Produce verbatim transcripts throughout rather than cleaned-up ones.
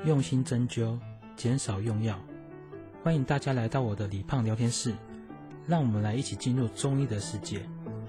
用心针灸，减少用药。欢迎大家来到我的李胖聊天室，让我们来一起进入中医的世界。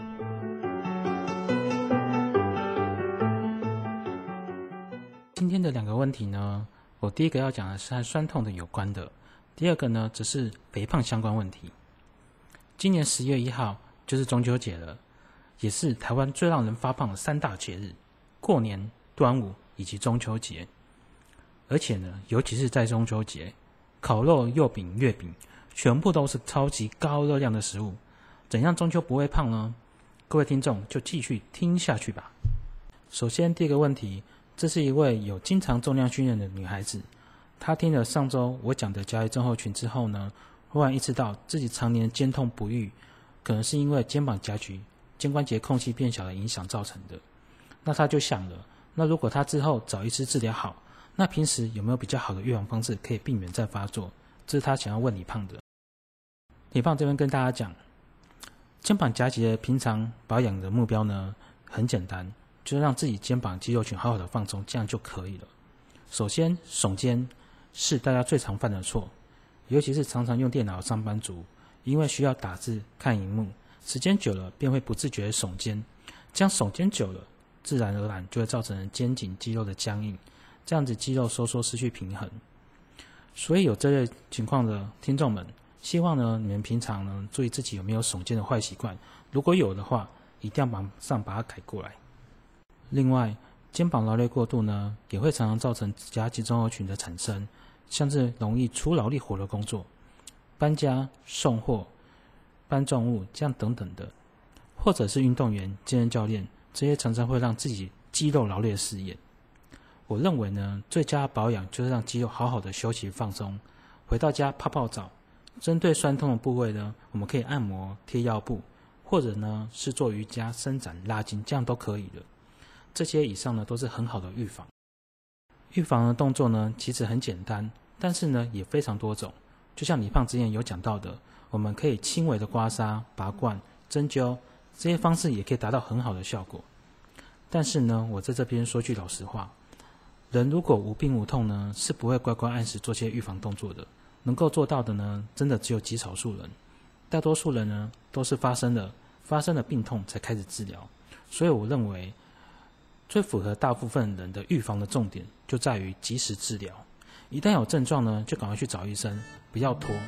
今天的两个问题呢，我第一个要讲的是和酸痛的有关的，第二个呢则是肥胖相关问题。今年十月一号就是中秋节了，也是台湾最让人发胖的三大节日：过年、端午以及中秋节。而且呢，尤其是在中秋节，烤肉、柚饼、月饼全部都是超级高热量的食物。怎样中秋不会胖呢？各位听众就继续听下去吧。首先第一个问题，这是一位有经常重量训练的女孩子，她听了上周我讲的甲乙症候群之后呢，忽然意识到自己常年肩痛不愈，可能是因为肩膀夹局、肩关节空隙变小的影响造成的。那她就想了，那如果她之后找医师治疗好，那平时有没有比较好的预防方式可以避免再发作？这是他想要问李胖的。李胖这边跟大家讲，肩膀夹击的平常保养的目标呢，很简单，就是让自己肩膀肌肉群好好的放松，这样就可以了。首先，耸肩是大家最常犯的错，尤其是常常用电脑的上班族，因为需要打字看荧幕，时间久了便会不自觉的耸肩，这样耸肩久了，自然而然就会造成肩颈肌肉的僵硬。这样子肌肉收缩失去平衡，所以有这类情况的听众们，希望呢你们平常呢注意自己有没有耸肩的坏习惯，如果有的话，一定要马上把它改过来。另外，肩膀劳累过度呢，也会常常造成甲级症候群的产生，像是容易出劳力活的工作，搬家、送货、搬重物这样等等的，或者是运动员、健身教练，这些常常会让自己肌肉劳累的事业。我认为呢，最佳的保养就是让肌肉好好的休息放松，回到家泡泡澡。针对酸痛的部位呢，我们可以按摩、贴腰部，或者呢是做瑜伽、伸展、拉筋，这样都可以的。这些以上呢都是很好的预防。预防的动作呢其实很简单，但是呢也非常多种。就像李胖之前有讲到的，我们可以轻微的刮痧、拔罐、针灸，这些方式也可以达到很好的效果。但是呢，我在这边说句老实话，人如果无病无痛呢，是不会乖乖按时做些预防动作的。能够做到的呢，真的只有极少数人。大多数人呢，都是发生了发生了病痛才开始治疗。所以我认为，最符合大部分人的预防的重点，就在于及时治疗。一旦有症状呢，就赶快去找医生，不要拖。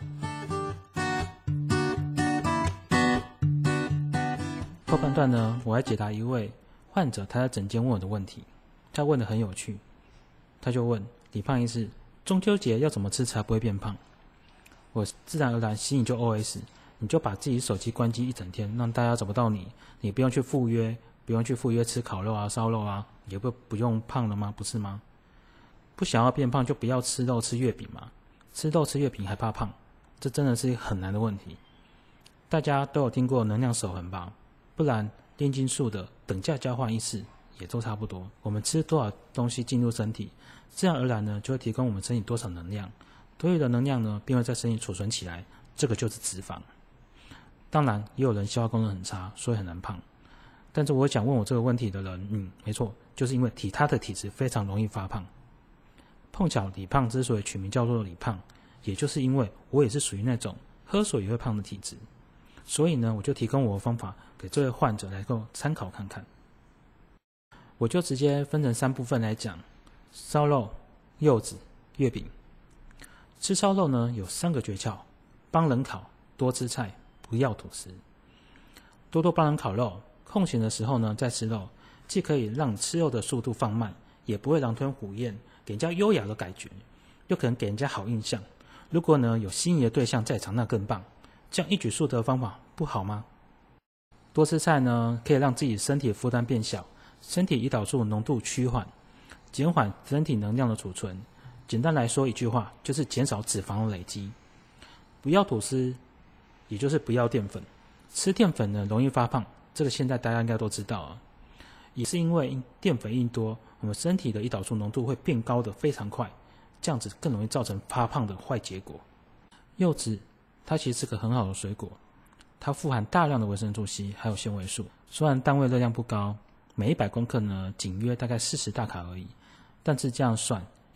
后半段呢，我来解答一位患者他在诊间问我的问题。他问得很有趣。他就问李胖医师，中秋节要怎么吃才不会变胖？我自然而然心里就 O S， 你就把自己手机关机一整天，让大家找不到你，你不用去赴约，不用去赴约吃烤肉啊、烧肉啊，也不不用胖了吗？不是吗？不想要变胖就不要吃肉吃月饼嘛，吃肉吃月饼还怕胖，这真的是一个很难的问题。大家都有听过能量守恒吧？不然炼金术的等价交换意识也都差不多，我们吃多少东西进入身体，自然而然呢就会提供我们身体多少能量，多余的能量呢便会在身体储存起来，这个就是脂肪。当然也有人消化功能很差，所以很难胖。但是我想问我这个问题的人，嗯，没错，就是因为体他的体质非常容易发胖。碰巧李胖之所以取名叫做李胖，也就是因为我也是属于那种喝水也会胖的体质，所以呢我就提供我的方法给这位患者来够参考看看。我就直接分成三部分来讲：烧肉、柚子、月饼。吃烧肉呢有三个诀窍：帮人烤，多吃菜，不要吐司。多多帮人烤肉，空闲的时候呢再吃肉，既可以让吃肉的速度放慢，也不会狼吞虎咽，给人家优雅的感觉，又可能给人家好印象。如果呢有心仪的对象在场，那更棒。这样一举数得的方法不好吗？多吃菜呢可以让自己身体的负担变小，身体胰岛素浓度趋缓，减缓身体能量的储存。简单来说一句话，就是减少脂肪的累积。不要吐司，也就是不要淀粉。吃淀粉呢容易发胖，这个现在大家应该都知道啊。也是因为淀粉一多，我们身体的胰岛素浓度会变高的非常快，这样子更容易造成发胖的坏结果。柚子它其实是个很好的水果，它富含大量的维生素 C 还有纤维素，虽然单位热量不高，每一百公克呢仅约大概四十大卡而已，但是这样算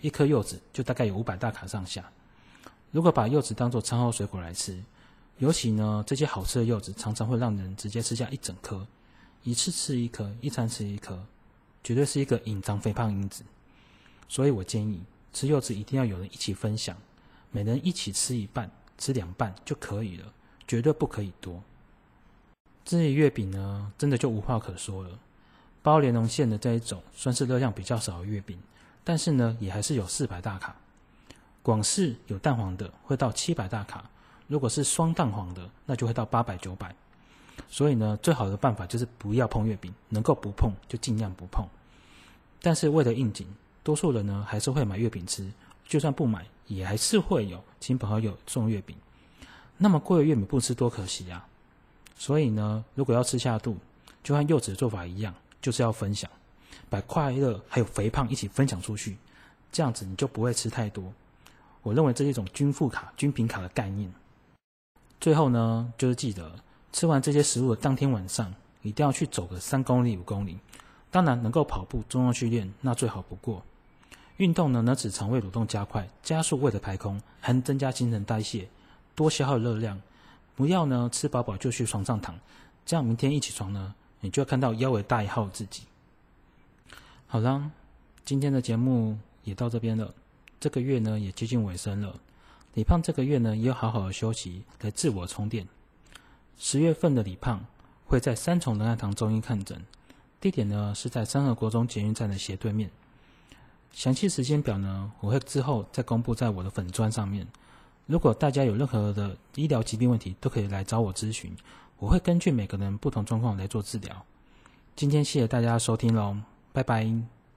一颗柚子就大概有五百大卡上下。如果把柚子当作餐后水果来吃，尤其呢这些好吃的柚子常常会让人直接吃下一整颗，一次吃一颗，一餐吃一颗，绝对是一个隐藏肥胖因子。所以我建议吃柚子一定要有人一起分享，每人一起吃一半，吃两半就可以了，绝对不可以多。至于月饼呢，真的就无话可说了。包莲蓉馅的这一种算是热量比较少的月饼，但是呢也还是有四百大卡。广式有蛋黄的会到七百大卡，如果是双蛋黄的那就会到八百九百。所以呢最好的办法就是不要碰月饼，能够不碰就尽量不碰。但是为了应景，多数人呢还是会买月饼吃，就算不买也还是会有亲朋好友送月饼。那么贵的月饼不吃多可惜啊。所以呢如果要吃下肚，就和柚子的做法一样，就是要分享，把快乐还有肥胖一起分享出去，这样子你就不会吃太多。我认为这是一种均富卡、均平卡的概念。最后呢就是记得吃完这些食物的当天晚上一定要去走个三公里五公里，当然能够跑步重量训练那最好不过。运动呢能使肠胃蠕动加快，加速胃的排空，还能增加新陈代谢，多消耗热量。不要呢吃饱饱就去床上躺，这样明天一起床呢你就会看到腰围大一号的自己。好啦，今天的节目也到这边了，这个月呢也接近尾声了。李胖这个月呢也要好好的休息来自我充电。十月份的李胖会在三重仁爱堂中医看诊，地点呢是在三和国中捷运站的斜对面。详细时间表呢我会之后再公布在我的粉专上面。如果大家有任何的医疗疾病问题，都可以来找我咨询，我会根据每个人不同状况来做治疗。今天谢谢大家收听咯，拜拜。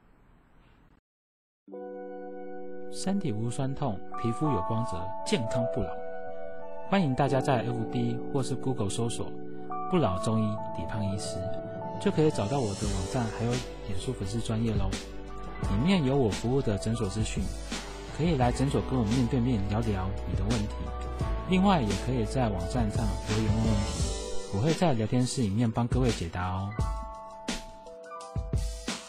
身体无酸痛，皮肤有光泽，健康不老。欢迎大家在 F B 或是 Google 搜索不老中医李胖医师，就可以找到我的网站还有脸书粉丝专页咯。里面有我服务的诊所资讯，可以来诊所跟我面对面聊聊你的问题。另外也可以在网站上留言问问题，我会在聊天室里面帮各位解答哦。